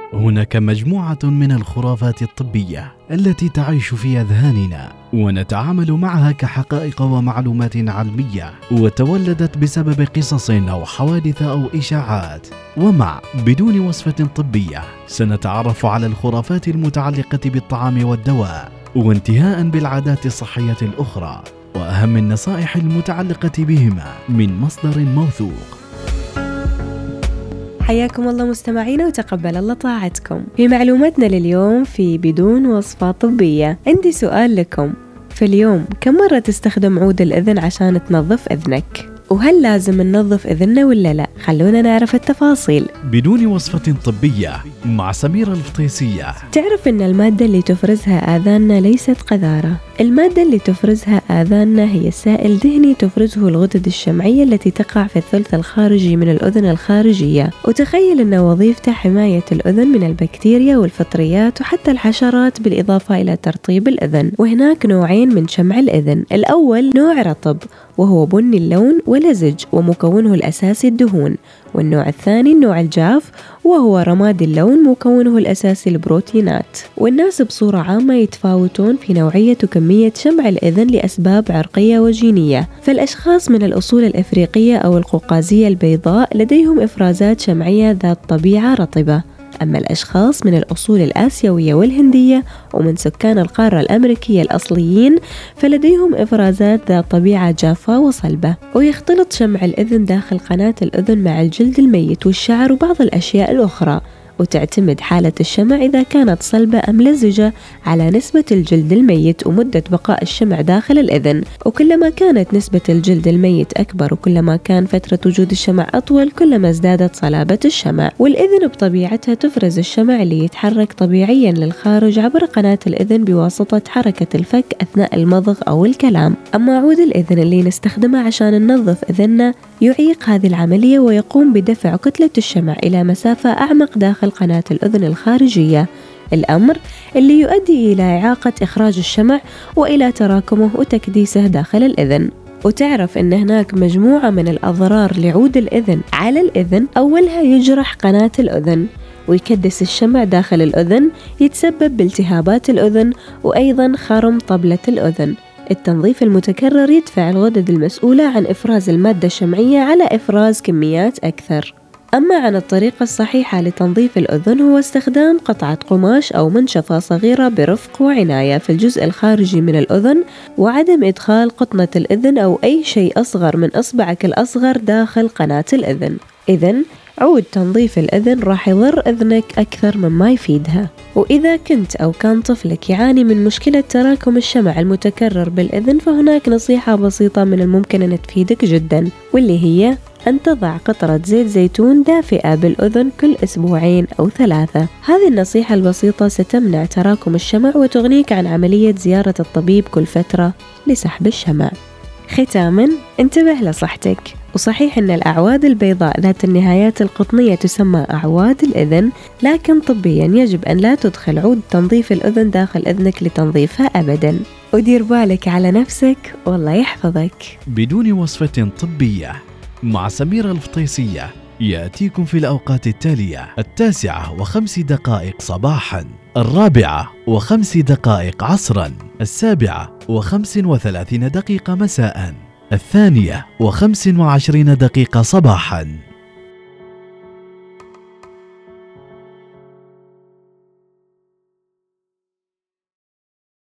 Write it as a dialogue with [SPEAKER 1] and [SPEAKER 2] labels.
[SPEAKER 1] هناك مجموعة من الخرافات الطبية التي تعيش في أذهاننا ونتعامل معها كحقائق ومعلومات علمية، وتولدت بسبب قصص أو حوادث أو إشاعات. ومع بدون وصفة طبية سنتعرف على الخرافات المتعلقة بالطعام والدواء، وانتهاء بالعادات الصحية الأخرى وأهم النصائح المتعلقة بهما من مصدر موثوق.
[SPEAKER 2] حياكم الله مستمعينا وتقبل الله طاعتكم. في معلوماتنا لليوم في بدون وصفة طبية، عندي سؤال لكم. في اليوم كم مرة تستخدم عود الأذن عشان تنظف أذنك؟ وهل لازم ننظف أذننا ولا لا؟ خلونا نعرف التفاصيل.
[SPEAKER 1] بدون وصفة طبية مع سميرة الفطيسية.
[SPEAKER 2] تعرف أن المادة اللي تفرزها آذاننا ليست قذارة. المادة اللي تفرزها آذاننا هي سائل دهني تفرزه الغدد الشمعية التي تقع في الثلث الخارجي من الأذن الخارجية، وتخيل أن وظيفته حماية الأذن من البكتيريا والفطريات وحتى الحشرات، بالإضافة إلى ترطيب الأذن. وهناك نوعين من شمع الأذن. الأول نوع رطب وهو بني اللون ولزج ومكونه الأساسي الدهون، والنوع الثاني النوع الجاف وهو رمادي اللون مكونه الأساسي البروتينات. والناس بصورة عامة يتفاوتون في نوعية وكمية شمع الأذن لأسباب عرقية وجينية. فالأشخاص من الأصول الأفريقية أو القوقازية البيضاء لديهم إفرازات شمعية ذات طبيعة رطبة، أما الأشخاص من الأصول الآسيوية والهندية ومن سكان القارة الأمريكية الأصليين فلديهم إفرازات ذات طبيعة جافة وصلبة. ويختلط شمع الأذن داخل قناة الأذن مع الجلد الميت والشعر وبعض الأشياء الأخرى، وتعتمد حالة الشمع إذا كانت صلبة أم لزجة على نسبة الجلد الميت ومدة بقاء الشمع داخل الأذن. وكلما كانت نسبة الجلد الميت أكبر وكلما كان فترة وجود الشمع أطول كلما ازدادت صلابة الشمع. والأذن بطبيعتها تفرز الشمع اللي يتحرك طبيعيا للخارج عبر قناة الأذن بواسطة حركة الفك أثناء المضغ أو الكلام. أما عود الأذن اللي نستخدمه عشان ننظف أذننا يعيق هذه العملية ويقوم بدفع كتلة الشمع إلى مسافة أعمق داخل قناة الأذن الخارجية، الأمر اللي يؤدي إلى إعاقة إخراج الشمع وإلى تراكمه وتكديسه داخل الأذن. وتعرف أن هناك مجموعة من الأضرار لعود الأذن على الأذن. أولها يجرح قناة الأذن ويكدس الشمع داخل الأذن، يتسبب بالتهابات الأذن وأيضا خرم طبلة الأذن. التنظيف المتكرر يدفع الغدد المسؤولة عن إفراز المادة الشمعية على إفراز كميات أكثر. أما عن الطريقة الصحيحة لتنظيف الأذن هو استخدام قطعة قماش أو منشفة صغيرة برفق وعناية في الجزء الخارجي من الأذن، وعدم إدخال قطنة الأذن أو أي شيء أصغر من إصبعك الأصغر داخل قناة الأذن. إذن عود تنظيف الأذن راح يضر أذنك أكثر مما يفيدها. وإذا كنت أو كان طفلك يعاني من مشكلة تراكم الشمع المتكرر بالأذن فهناك نصيحة بسيطة من الممكن أن تفيدك جدا، واللي هي أن تضع قطرة زيت زيتون دافئة بالأذن كل 2 أو 3. هذه النصيحة البسيطة ستمنع تراكم الشمع وتغنيك عن عملية زيارة الطبيب كل فترة لسحب الشمع. ختاما انتبه لصحتك. وصحيح أن الأعواد البيضاء ذات النهايات القطنية تسمى أعواد الأذن، لكن طبيا يجب أن لا تدخل عود تنظيف الأذن داخل أذنك لتنظيفها أبدا. ودير بالك على نفسك والله يحفظك.
[SPEAKER 1] بدون وصفة طبية مع سميرة الفطيسية يأتيكم في الأوقات التالية: 9:05 صباحا، 4:05 عصرا، 7:35 مساء، 2:25 صباحا.